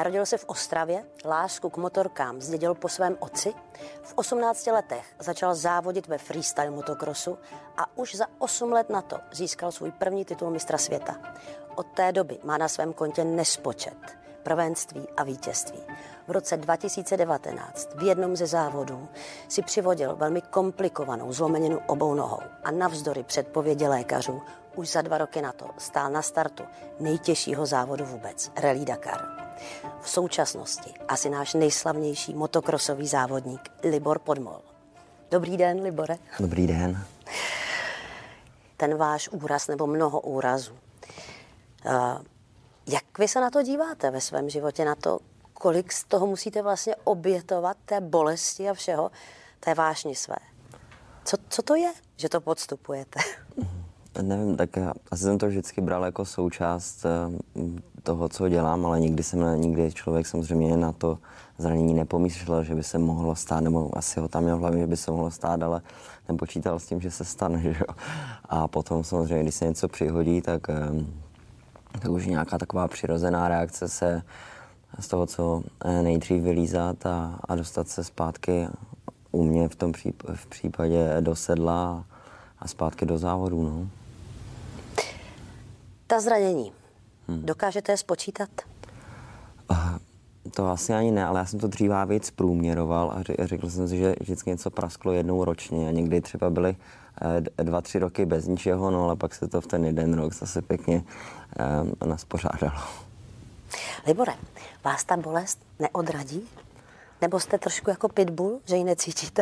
Narodil se v Ostravě, lásku k motorkám zdědil po svém otci. V 18 letech začal závodit ve freestyle motokrosu a už za 8 let na to získal svůj první titul mistra světa. Od té doby má na svém kontě nespočet prvenství a vítězství. V roce 2019 v jednom ze závodů si přivodil velmi komplikovanou zlomeninu obou nohou a navzdory předpovědi lékařů už za 2 roky na to stál na startu nejtěžšího závodu vůbec, Rallye Dakar. V současnosti asi náš nejslavnější motokrosový závodník Libor Podmol. Dobrý den, Libore. Dobrý den. Ten váš úraz nebo mnoho úrazů. Jak vy se na to díváte ve svém životě, na to, kolik z toho musíte vlastně obětovat, té bolesti a všeho, té vášni své? Co to je, že to podstupujete? Nevím, tak asi jsem to vždycky bral jako součást toho, co dělám, ale nikdy člověk samozřejmě na to zranění nepomyslel, že by se mohlo stát, nebo asi ho tam měl v hlavě, že by se mohlo stát, ale nepočítal s tím, že se stane, že jo. A potom samozřejmě, když se něco přihodí, tak už nějaká taková přirozená reakce se z toho, co nejdřív vylízat a dostat se zpátky u mě v případě do sedla a zpátky do závodu, no. Ta zranění, dokážete je spočítat? To asi ani ne, ale já jsem to dříve víc průměroval a řekl jsem si, že vždycky něco prasklo jednou ročně a někdy třeba byly 2-3 roky bez ničeho, no ale pak se to v ten jeden rok zase pěkně naspořádalo. Libore, vás ta bolest neodradí? Nebo jste trošku jako pitbull, že ji necítíte?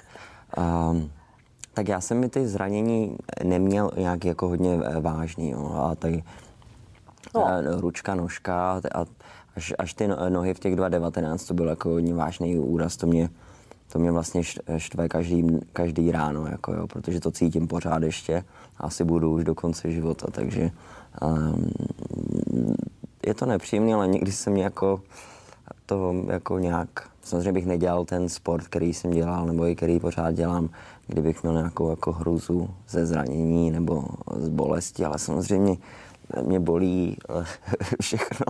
Tak já jsem mi ty zranění neměl nějak jako hodně vážný, jo. A tady ručka, nožka a až ty nohy v těch 2019 to byl jako hodně vážný úraz, to mě vlastně štve každý ráno, jako jo, protože to cítím pořád ještě a asi budu už do konce života, takže je to nepříjemné, ale někdy se mě jako to jako nějak, samozřejmě bych nedělal ten sport, který jsem dělal, nebo i který pořád dělám, kdybych měl nějakou jako hruzu ze zranění nebo z bolesti, ale samozřejmě mě bolí všechno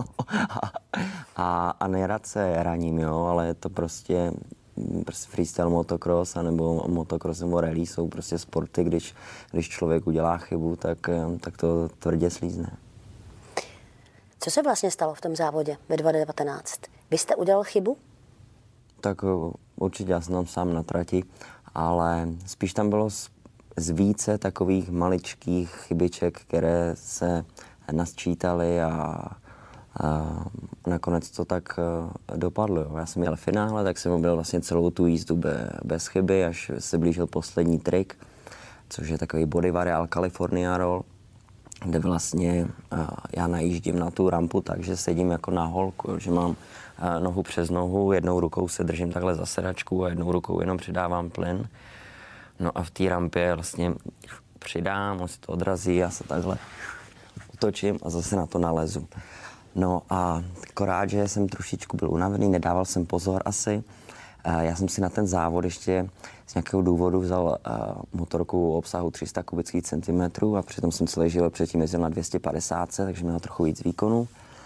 a nerad se raním, jo, ale je to prostě freestyle motocross nebo motocross nebo rally jsou prostě sporty, když člověk udělá chybu, tak to tvrdě slízne. Co se vlastně stalo v tom závodě ve 2019? Vy jste udělal chybu? Tak určitě, já jsem tam sám na trati, ale spíš tam bylo z více takových maličkých chybiček, které se nasčítaly a nakonec to tak dopadlo. Já jsem měl finále, tak jsem byl vlastně celou tu jízdu bez chyby, až se blížil poslední trik, což je takový body varial California roll, kde vlastně já najíždím na tu rampu tak, že sedím jako na holku, že mám nohu přes nohu, jednou rukou se držím takhle za sedačku a jednou rukou jenom přidávám plyn. No a v té rampě vlastně přidám, on si to odrazí, já se takhle utočím a zase na to nalezu. No a akorát, že jsem trošičku byl unavený, nedával jsem pozor asi. Já jsem si na ten závod ještě z nějakého důvodu vzal motorku o obsahu 300 kubických centimetrů a přitom jsem celý život předtím jezdil na 250, takže měla trochu víc výkonu.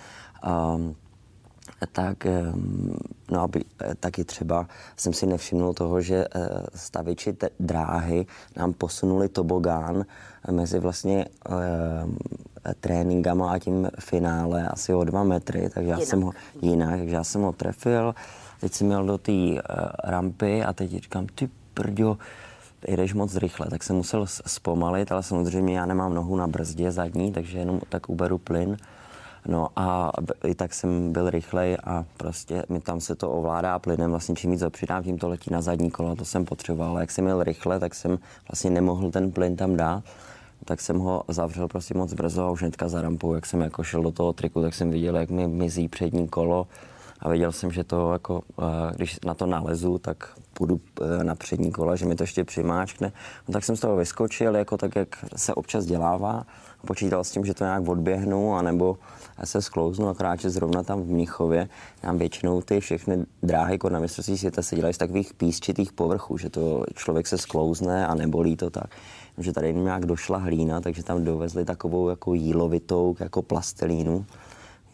Taky třeba jsem si nevšimnul toho, že staviči dráhy nám posunuli tobogán mezi vlastně tréninkama a tím finále asi o 2 metry, takže já jsem ho trefil. Teď jsem měl do té rampy a teď říkám, ty prďo, jdeš moc rychle, tak jsem musel zpomalit, ale samozřejmě já nemám nohu na brzdě zadní, takže jenom tak uberu plyn. No a i tak jsem byl rychlej a prostě mi tam se to ovládá plynem, vlastně čím víc ho přidám, tím to letí na zadní kolo, to jsem potřeboval. Ale jak jsem jel rychle, tak jsem vlastně nemohl ten plyn tam dát, tak jsem ho zavřel prostě moc brzo a už hnedka za rampou, jak jsem jako šel do toho triku, tak jsem viděl, jak mi mizí přední kolo a viděl jsem, že to jako, když na to nalezu, tak půjdu na přední kolo, že mi to ještě přimáčkne. No, tak jsem z toho vyskočil, jako tak, jak se občas dělává. Počítal s tím, že to nějak odběhnu, anebo se sklouznu, akorát, že zrovna tam v Mnichově nám většinou ty všechny dráhy jako na mistrovství světa se dělají z takových písčitých povrchů, že to člověk se sklouzne a nebolí to tak. Že tady nějak došla hlína, takže tam dovezli takovou jako jílovitou jako plastelínu.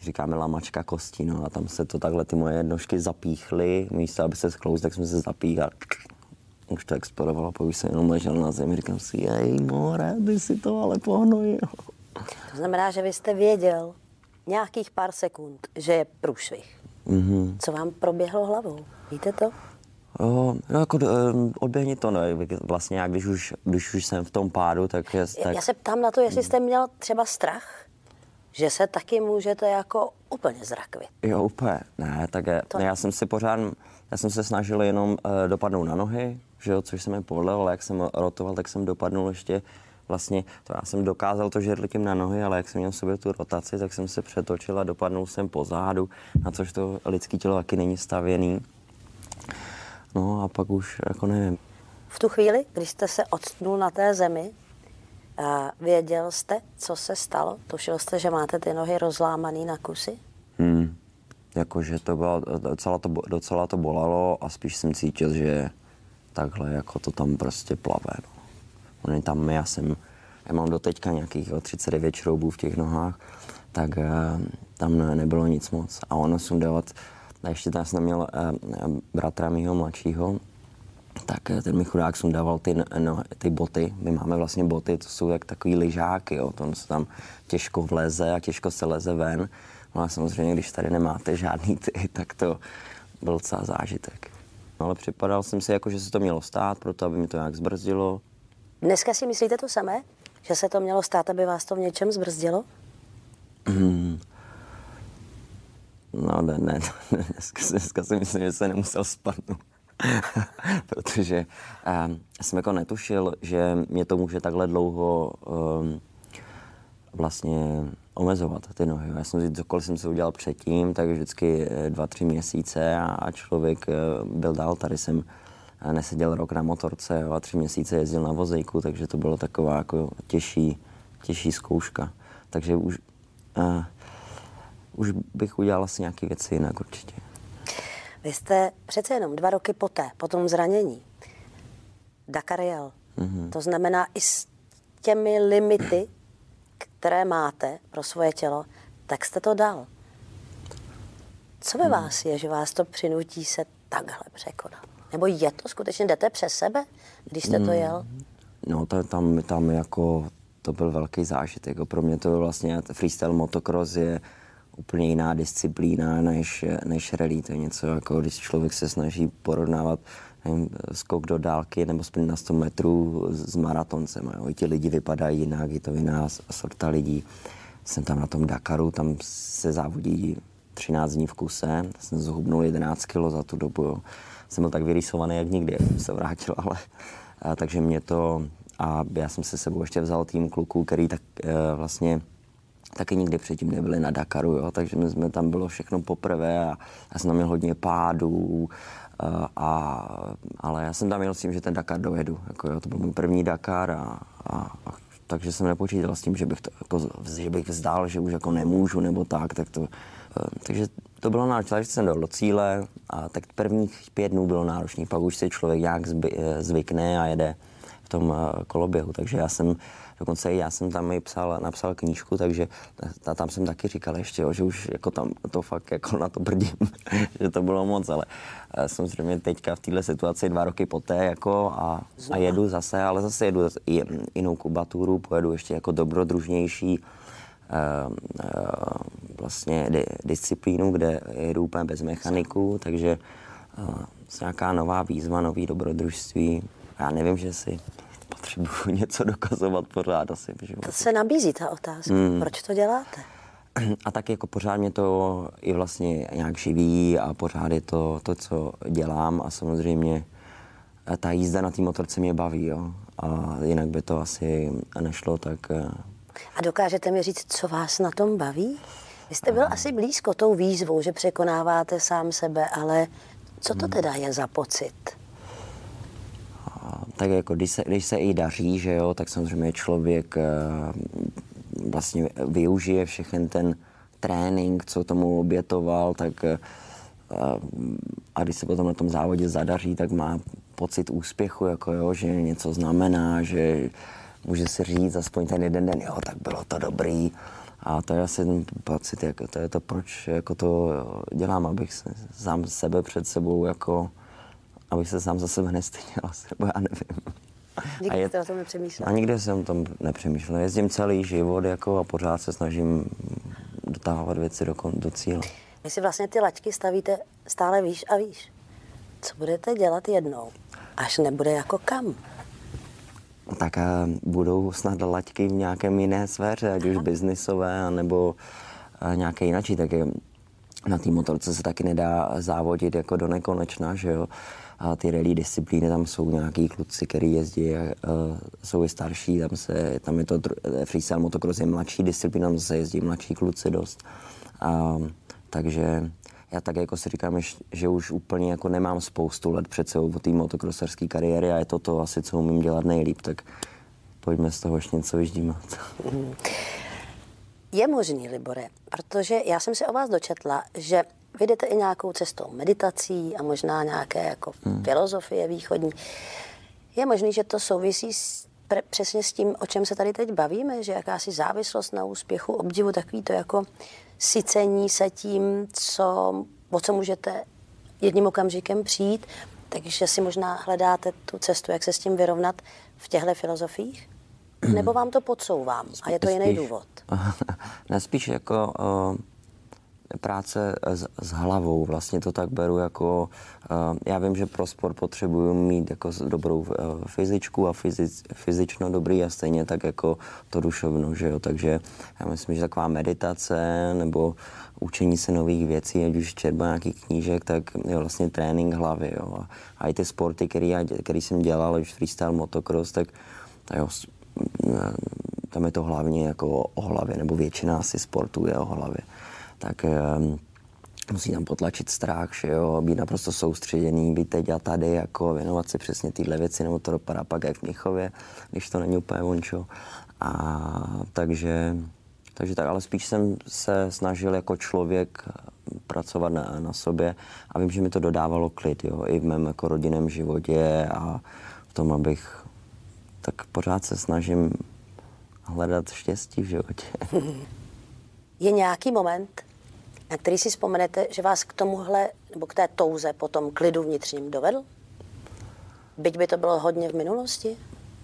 říkáme lamačka kostí, no a tam se to takhle ty moje nožky zapíchly, místo aby se sklouz, tak jsme se zapíchli a už to explorovalo, pak už jsem jenom ležel na zemi, říkám si, jej more, ty si to ale pohnojil. To znamená, že vy jste věděl nějakých pár sekund, že je průšvih. Mm-hmm. Co vám proběhlo hlavou? Víte to? No jako odběhni to, no, vlastně já, když už jsem v tom pádu, tak... Já se ptám na to, jestli jste měl třeba strach, že se taky můžete jako úplně zrakvit. Jo, úplně, ne, tak já jsem se snažil jenom dopadnout na nohy, že jo, což se mi povedlo, ale jak jsem rotoval, tak jsem dopadnul ještě vlastně, to já jsem dokázal to žerlikem na nohy, ale jak jsem měl v sobě tu rotaci, tak jsem se přetočil a dopadnul jsem po zádu, na což to lidský tělo taky není stavěný. No a pak už jako nevím. V tu chvíli, když jste se odstnul na té zemi, věděl jste, co se stalo? Tušil jste, že máte ty nohy rozlámaný na kusy? Jakože to bylo, docela to bolelo a spíš jsem cítil, že takhle jako to tam prostě plave. No. Oni tam, já mám doteďka nějakých 39 šroubů v těch nohách, tak tam nebylo nic moc. A ono sundávat, a ještě tam jsem měl bratra mýho mladšího, tak ten mi chudák sundával ty boty. My máme vlastně boty, to jsou jak takový lyžáky, jo. To se tam těžko vleze a těžko se leze ven. No a samozřejmě, když tady nemáte žádný tak to byl docela zážitek. No, ale připadal jsem si jako, že se to mělo stát, proto aby mi to nějak zbrzdilo. Dneska si myslíte to samé? Že se to mělo stát, aby vás to v něčem zbrzdilo? No ne. Dneska si myslím, že se nemusel spadnout. Protože jsem jako netušil, že mě to může takhle dlouho vlastně omezovat ty nohy. Já jsem si cokoliv jsem se udělal předtím, tak vždycky 2-3 měsíce a člověk byl dál. Tady jsem neseděl rok na motorce, jo, a 3 měsíce jezdil na vozejku, takže to bylo taková jako těžší zkouška. Takže už bych udělal asi nějaké věci jinak určitě. Vy jste přece jenom 2 roky poté, po tom zranění, Dakar jel. Mm-hmm. To znamená i s těmi limity, které máte pro svoje tělo, tak jste to dal. Co ve vás je, že vás to přinutí se takhle překonat? Nebo je to skutečně, jdete přes sebe, když jste to jel? No tam jako to byl velký zážitek. Pro mě to byl vlastně freestyle motocross je úplně jiná disciplína než rally. To je něco jako, když člověk se snaží porovnávat skok do dálky nebo sprint na 100 metrů s maratoncem. Jo. Ti lidi vypadají jinak, je to jiná sorta lidí. Jsem tam na tom Dakaru, tam se závodí 13 dní v kuse. Jsem zhubnul 11 kg za tu dobu. Jo. Jsem byl tak vyrýsovaný, jak nikdy, jak jsem se vrátil, ale takže mě to... A já jsem se sebou ještě vzal tým kluků, který tak vlastně taky nikdy předtím nebyli na Dakaru, jo, takže my jsme tam bylo všechno poprvé a já jsem tam měl hodně pádů, ale já jsem tam měl s tím, že ten Dakar dojedu, jako jo, to byl můj první Dakar takže jsem nepočítal s tím, že bych vzdal, že už jako nemůžu nebo tak to, takže to bylo náročné, že jsem dojel do cíle a tak prvních 5 dnů bylo náročný, pak už si člověk nějak zvykne a jede v tom koloběhu, takže já jsem tam i napsal knížku, takže tam jsem taky říkal ještě, že už jako tam to fakt jako na to brdím, že to bylo moc, ale samozřejmě teďka v této situaci 2 roky poté jako a jedu zase, ale zase jedu jinou kubaturu, pojedu ještě jako dobrodružnější vlastně disciplínu, kde jedu úplně bez mechaniků, takže nějaká nová výzva, nový dobrodružství. Já nevím, že si potřebuji něco dokazovat pořád asi v životě. To se nabízí ta otázka. Proč to děláte? A tak jako pořád mě to i vlastně nějak živí a pořád je to, co dělám a samozřejmě ta jízda na té motorce mě baví, jo. A jinak by to asi nešlo, tak... A dokážete mi říct, co vás na tom baví? Vy jste byl asi blízko tou výzvou, že překonáváte sám sebe, ale co to teda je za pocit? Tak jako když se i daří, že jo, tak samozřejmě člověk vlastně využije všechen ten trénink, co tomu obětoval, tak a když se potom na tom závodě zadaří, tak má pocit úspěchu, jako jo, že něco znamená, že může si říct aspoň ten jeden den, jo, tak bylo to dobrý A to je asi ten pocit, jako to je to, proč jako to dělám, abych se sám sebe před sebou, jako, abych se sám za sebe nestyděl, nebo já nevím. Nikdy jste o tom nepřemýšlel? A nikdy jsem o tom nepřemýšlel. Jezdím celý život jako, a pořád se snažím dotáhovat věci do cíle. Vy si vlastně ty laťky stavíte stále výš a výš. Co budete dělat jednou, až nebude jako kam? Tak budou snad laťky v nějakém jiné sféře, ať už biznisové, nebo nějaké jinačí. Tak na té motorce se taky nedá závodit jako do nekonečna, že jo. A ty rally disciplíny, tam jsou nějaký kluci, který jezdí, jsou i starší, tam je to freestyle motocross je mladší disciplína, tam se jezdí mladší kluci dost. Takže já tak jako si říkám, že už úplně jako nemám spoustu let před sebou po té motocrosserské kariéry a je to asi, co umím dělat nejlíp, tak pojďme z toho ještě něco vyždímat. Je možný, Libore, protože já jsem si o vás dočetla, že vy jdete i nějakou cestou meditací a možná nějaké jako filozofie východní. Je možný, že to souvisí přesně s tím, o čem se tady teď bavíme, že jakási závislost na úspěchu, obdivu, takový to jako sycení se tím, o co můžete jedním okamžikem přijít, takže si možná hledáte tu cestu, jak se s tím vyrovnat v těchto filozofiích? Nebo vám to podsouvám a je to jiný důvod? Ne, spíš jako práce s hlavou, vlastně to tak beru jako, já vím, že pro sport potřebuju mít jako dobrou fyzičku a fyzično dobrý a stejně tak jako to duševno, že jo, takže já myslím, že taková meditace nebo učení se nových věcí, ať už četba nějakých knížek, tak je vlastně trénink hlavy, jo, a i ty sporty, který jsem dělal, už freestyle, motocross, tak jo, tam je to hlavně jako o hlavě, nebo většina asi sportů je o hlavě. Tak musí tam potlačit strach, že jo, být naprosto soustředěný, být teď a tady, jako věnovat si přesně tyhle věci, nebo to dopadá pak jak v Mnichově, když to není úplně vončo. Takže tak, ale spíš jsem se snažil jako člověk pracovat na sobě a vím, že mi to dodávalo klid, jo, i v mém jako rodinném životě a v tom, abych tak pořád se snažím hledat štěstí v životě. Je nějaký moment, na který si vzpomenete, že vás k tomuhle, nebo k té touze po tom klidu vnitřním dovedl? Byť by to bylo hodně v minulosti?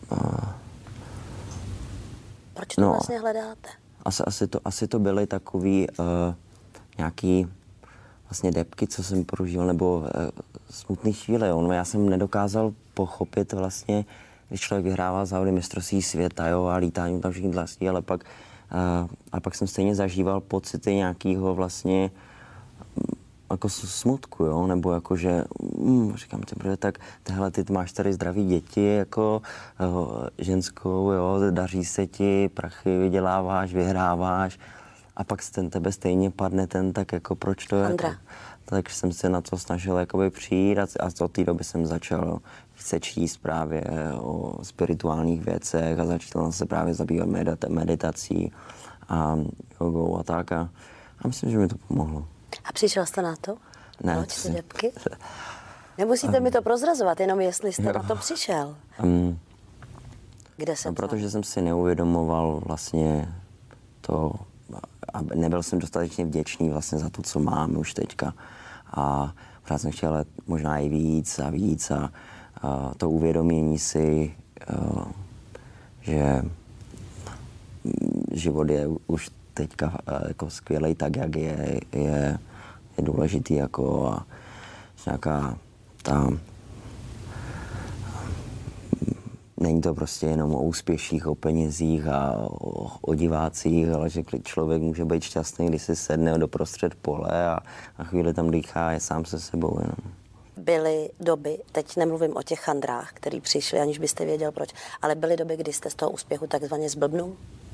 Proč to vlastně hledáte? Asi to byly takový nějaký vlastně depky, co jsem prožil, nebo smutný chvíle. No, já jsem nedokázal pochopit vlastně, když člověk vyhrává závody mistrovství světa, jo, a lítání tam všichni tlastí, ale pak jsem stejně zažíval pocity nějakého vlastně jako smutku, jo, nebo jako, že říkám, tak ty máš tady zdraví děti, jako ženskou, jo, daří se ti, prachy vyděláváš, vyhráváš a pak tebe stejně padne tak jako proč to je? Takže jsem se na to snažil jakoby přijít a od té doby jsem začal se číst právě o spirituálních věcech a začal se právě zabývat meditací a jogou a tak a myslím, že mi to pomohlo. A přišel jste na to? Ne. Proč ty depky? Nemusíte mi to prozrazovat, jenom jestli jste na to přišel. Kde jsem protože jsem si neuvědomoval vlastně to a nebyl jsem dostatečně vděčný vlastně za to, co mám už teďka. A pořád jsem chtěl možná i víc a to uvědomění si, že život je už teďka jako skvělej tak, jak je důležitý jako a nějaká ta není to prostě jenom o úspěších, o penězích a o divácích, ale že člověk může být šťastný, když si sedne doprostřed pole a chvíli tam dýchá a je sám se sebou jenom. Byly doby, teď nemluvím o těch chandrách, který přišli, aniž byste věděl proč, ale byly doby, kdy jste z toho úspěchu takzvaně zblbnul?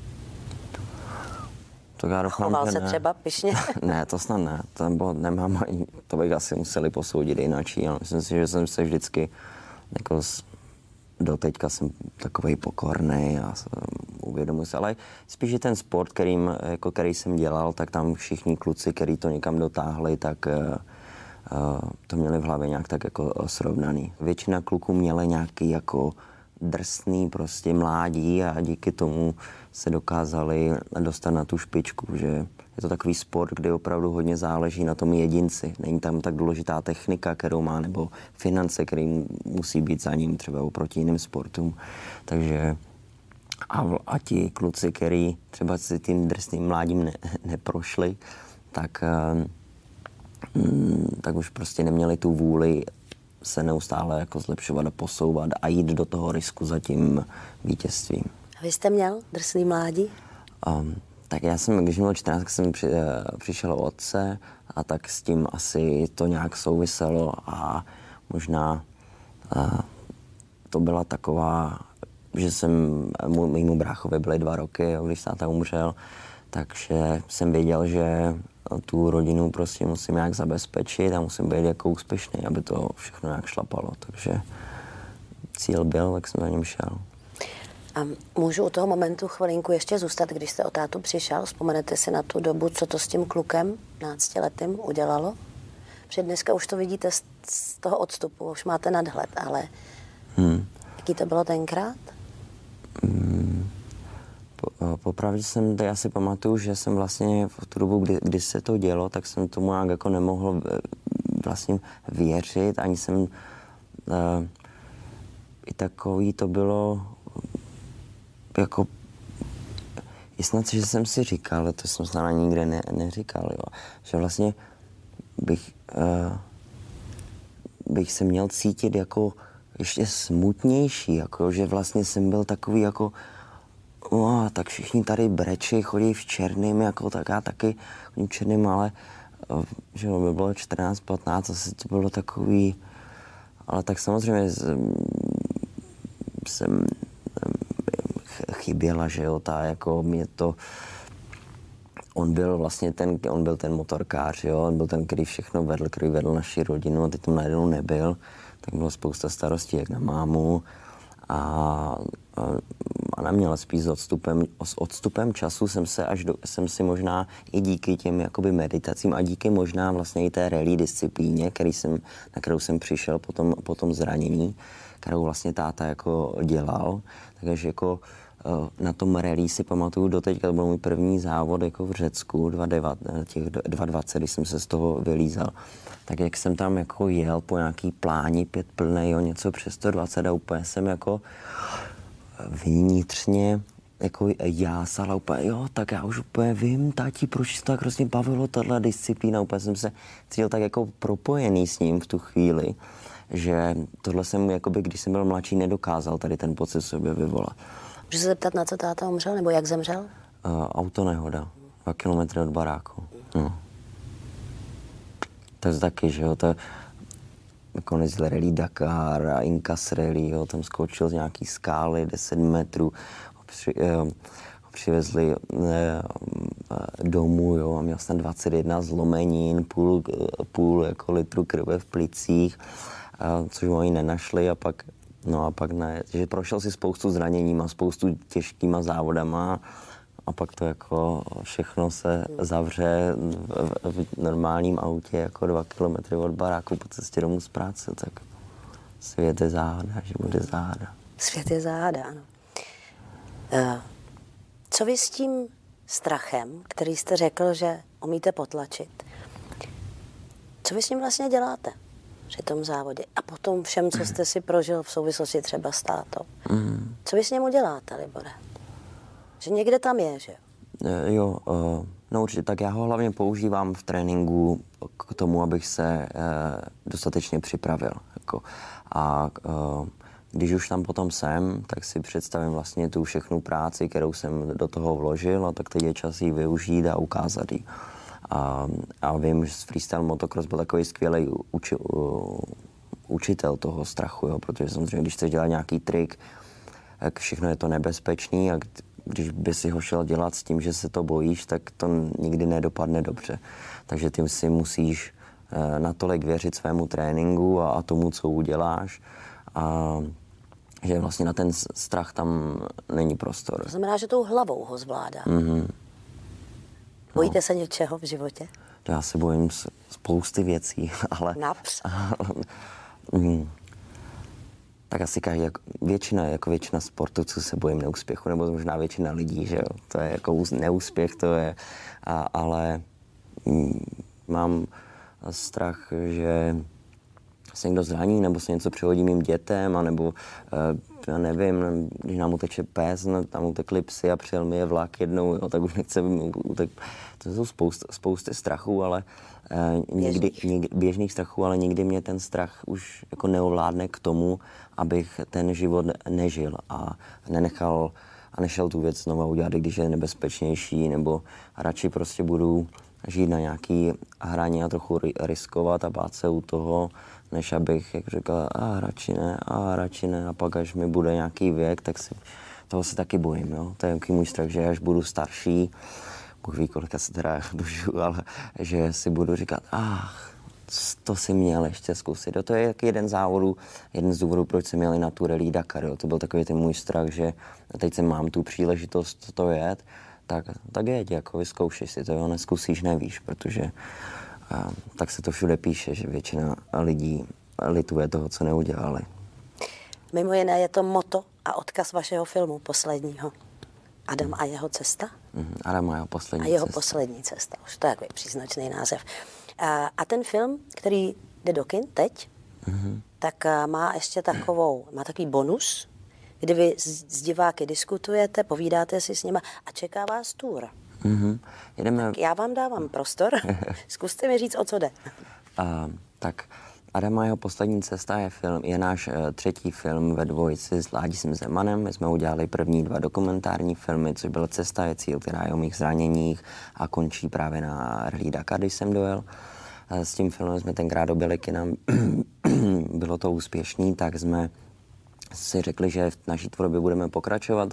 To já doufám, choval se třeba pyšně? Ne, to snad ne. Nemám ani, to bych asi museli posoudit jináčí, ale myslím si, že jsem se vždycky jako doteďka jsem takovej pokornej a uvědomuji se, ale spíš je ten sport, který jsem dělal, tak tam všichni kluci, který to někam dotáhli, tak to měli v hlavě nějak tak jako srovnaný. Většina kluků měla nějaký jako drsný prostě mládí a díky tomu se dokázali dostat na tu špičku, že je to takový sport, kde opravdu hodně záleží na tom jedinci. Není tam tak důležitá technika, kterou má, nebo finance, které musí být za ním třeba oproti jiným sportům. Takže a ti kluci, který třeba si tím drsným mládím neprošli, tak už prostě neměli tu vůli se neustále jako zlepšovat a posouvat a jít do toho risku za tím vítězstvím. A vy jste měl drsný mládí? Tak já jsem, když měl 14, tak jsem přišel od otce a tak s tím asi to nějak souviselo a možná to byla taková, že mému bráchovi byly 2 roky, když táta umřel, takže jsem věděl, že tu rodinu prostě musím nějak zabezpečit a musím být jako úspěšný, aby to všechno nějak šlapalo. Takže cíl byl, tak jsem za něm šel. A můžu u toho momentu chvilinku ještě zůstat, když jste o tátu přišel? Vzpomenete si na tu dobu, co to s tím klukem 15letým udělalo? Protože dneska už to vidíte z toho odstupu, už máte nadhled, ale jaký to bylo tenkrát? Popravdě já si pamatuju, že jsem vlastně v tu dobu, kdy se to dělo, tak jsem tomu nějak jako nemohl vlastně věřit, ani jsem i takový to bylo jako i snad, že jsem si říkal, ale to jsem snad nikde neříkal, jo, že vlastně bych se měl cítit jako ještě smutnější, jako že vlastně jsem byl takový jako tak všichni tady breči, chodí v černým, jako tak já taky chodím v černým, ale že by bylo 14, 15, asi to bylo takový, ale tak samozřejmě jsem chyběla, že jo, jako mě to, on byl ten motorkář, jo, on byl ten, který všechno vedl, který vedl naši rodinu a teď tam najednou nebyl, tak bylo spousta starostí jak na mámu a na mě, ale spíš s odstupem času jsem si možná i díky těm jakoby meditacím a díky možná vlastně i té rally disciplíně, na kterou jsem přišel po tom zranění, kterou vlastně táta jako dělal, takže jako na tom rally si pamatuju doteď, to byl můj první závod jako v Řecku, 2.20, když jsem se z toho vylízal. Tak jak jsem tam jako jel po nějaký pláni 5 plnej, něco přes 120 a úplně jsem jako vnitřně jako jásal a úplně, jo, tak já už úplně vím, táti, proč se tak hrozně bavilo tahle disciplína, úplně jsem se cítil tak jako propojený s ním v tu chvíli, že tohle jsem, jakoby, když jsem byl mladší, nedokázal tady ten pocit sobě vyvolat. Můžu se zeptat, na co táta umřel, nebo jak zemřel? Autonehoda, 2 kilometry od baráku. No. To je taky, že jo, to konec rally Dakar a Incas rally, jo, tam skočil z nějaký skály 10 metrů, přivezli domů, jo, a měl jsem 21 zlomenin, půl jako litru krve v plicích, což oni nenašli a pak ne, že prošel si spoustu zraněníma, spoustu těžkýma závodama a pak to jako všechno se zavře v normálním autě jako 2 kilometry od baráku po cestě domů z práce, tak svět je záhada, život je záhada. Svět je záhada, ano. Co vy s tím strachem, který jste řekl, že umíte potlačit, co vy s ním vlastně děláte při tom závodě a potom všem, co jste si prožil v souvislosti třeba s tátou? Co vy s ním uděláte, Libore? Že někde tam je, že jo? No určitě, tak já ho hlavně používám v tréninku k tomu, abych se dostatečně připravil. Jako. A když už tam potom jsem, tak si představím vlastně tu všechnu práci, kterou jsem do toho vložil, a tak teď je čas ji využít a ukázat ji. A vím, že freestyle motocross byl takový skvělý učitel toho strachu, jo, protože samozřejmě, když chceš dělat nějaký trik, tak všechno je to nebezpečný a když by si ho šel dělat s tím, že se to bojíš, tak to nikdy nedopadne dobře. Takže ty si musíš natolik věřit svému tréninku a tomu, co uděláš. A že vlastně na ten strach tam není prostor. To znamená, že tou hlavou ho zvládá. Bojíte se něčeho v životě? Já se bojím spousty věcí, ale... Naps? Tak asi většina sportovců se bojím neúspěchu, nebo možná většina lidí, že jo. To je jako neúspěch, to je, ale mám strach, že se někdo zraní, nebo se něco přihodí mým dětem, anebo já nevím, když nám uteče pes, tam utekli psy a přijel mi je vlak jednou, jo, tak už nechce utek. To jsou spousty strachů, ale běžných strachů, ale nikdy mě ten strach už jako neovládne k tomu, abych ten život nežil a nešel tu věc znova udělat, když je nebezpečnější, nebo radši prostě budu žít na nějaký hraně a trochu riskovat a bát se u toho, než abych jak říkal, radši ne, a pak až mi bude nějaký věk, tak toho se taky bojím, jo. To je jaký můj strach, že až budu starší, Bůh ví, kolika se teda dožiju, ale že si budu říkat, to si měl ještě zkusit. To je jak jeden z důvodů, proč jsem měl na tu Rallye Dakar, jo. To byl takový ten můj strach, že teď jsem mám tu příležitost to jet, tak jeď, jako vyzkoušej si to, jo, neskusíš, nevíš, protože tak se to všude píše, že většina lidí lituje toho, co neudělali. Mimo jiné je to motto a odkaz vašeho filmu posledního. Adam a jeho cesta? Adam a jeho poslední cesta. A jeho poslední cesta, už to je takový příznačný název. A ten film, který jde do kin teď, tak má ještě takový bonus, kdy vy s diváky diskutujete, povídáte si s nima a čeká vás tour. Tak já vám dávám prostor. Zkuste mi říct, o co jde. Tak Adam a jeho poslední cesta je náš třetí film ve dvojici s Ládisem Zemanem. My jsme udělali první 2 dokumentární filmy, což byla Cesta je cíl, která je o mých zraněních a končí právě na Rallye Dakar, když jsem dojel. S tím filmem jsme tenkrát dobili kina. Bylo to úspěšný, tak jsme si řekli, že v naší tvorbě budeme pokračovat.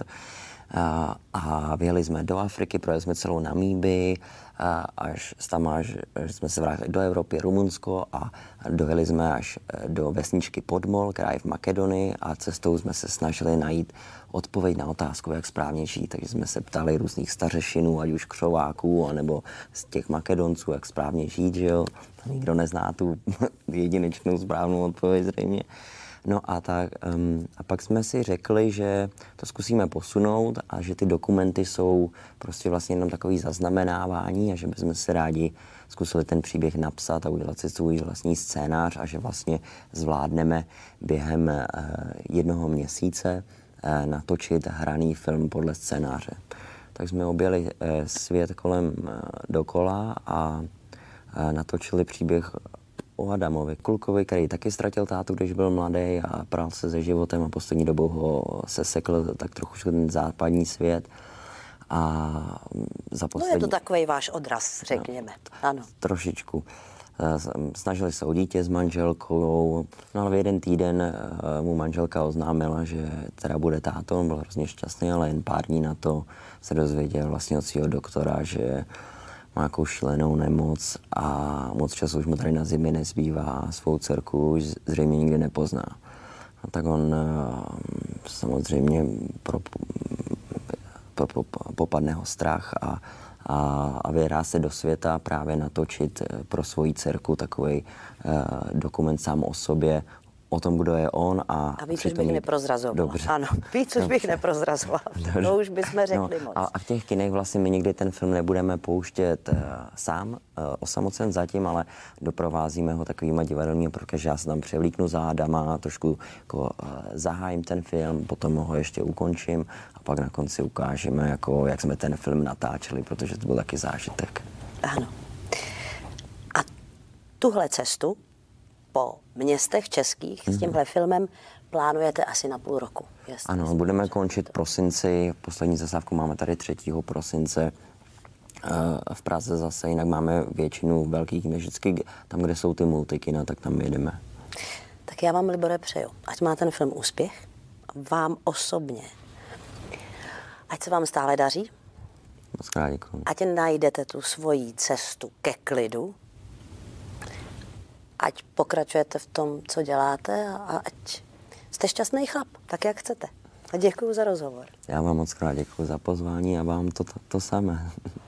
A vyjeli jsme do Afriky, projeli jsme celou Namíbii, až jsme se vrátili do Evropy, Rumunsko a dojeli jsme až do vesničky Podmol, která je v Makedonii a cestou jsme se snažili najít odpověď na otázku, jak správně žít. Takže jsme se ptali různých stařešinů, ať už křováků, anebo z těch Makedonců, jak správně žít, že jo. Nikdo nezná tu jedinečnou správnou odpověď zřejmě. No a pak jsme si řekli, že to zkusíme posunout a že ty dokumenty jsou prostě vlastně jenom takový zaznamenávání a že bychom si rádi zkusili ten příběh napsat a udělat si svůj vlastní scénář a že vlastně zvládneme během 1 měsíce natočit hraný film podle scénáře. Tak jsme objeli svět kolem dokola a natočili příběh o Adamovi, klukovi, který taky ztratil tátu, když byl mladý a prál se se životem a poslední dobou ho sesekl tak trochu ten západní svět. A za poslední... No je to takový váš odraz, řekněme. No, ano. Trošičku. Snažili se o dítě s manželkou, no ale v jeden týden mu manželka oznámila, že teda bude táto, on byl hrozně šťastný, ale jen pár dní na to se dozvěděl vlastně od svého doktora, že má nějakou šílenou nemoc a moc času už mu tady na zimě nezbývá a svou dcerku už zřejmě nikdy nepozná. A tak on samozřejmě popadne ho strach a vydá se do světa právě natočit pro svoji dcerku takový dokument sám o sobě, o tom, kdo je on. A víc už bych neprozrazovala. Dobře. Ano, víc už bych neprozrazovala. To už bychom řekli moc. A v těch kinech vlastně my nikdy ten film nebudeme pouštět sám, osamocen zatím, ale doprovázíme ho takovýma divadelními, protože já se tam převlíknu za Adama, trošku jako, zahájím ten film, potom ho ještě ukončím a pak na konci ukážeme, jako, jak jsme ten film natáčeli, protože to byl taky zážitek. Ano. A tuhle cestu po městech českých s tímhle filmem plánujete asi na půl roku. Ano, budeme končit v prosinci, poslední zastávku máme tady 3. prosince v Praze zase, jinak máme většinu velkých měst, vždycky tam, kde jsou ty multikina, tak tam jedeme. Tak já vám, Libore, přeju, ať má ten film úspěch, vám osobně, ať se vám stále daří, moc krát děkuji. Ať najdete tu svoji cestu ke klidu, ať pokračujete v tom, co děláte a ať jste šťastný chlap, tak jak chcete. A děkuji za rozhovor. Já vám moc krát děkuji za pozvání a vám to samé.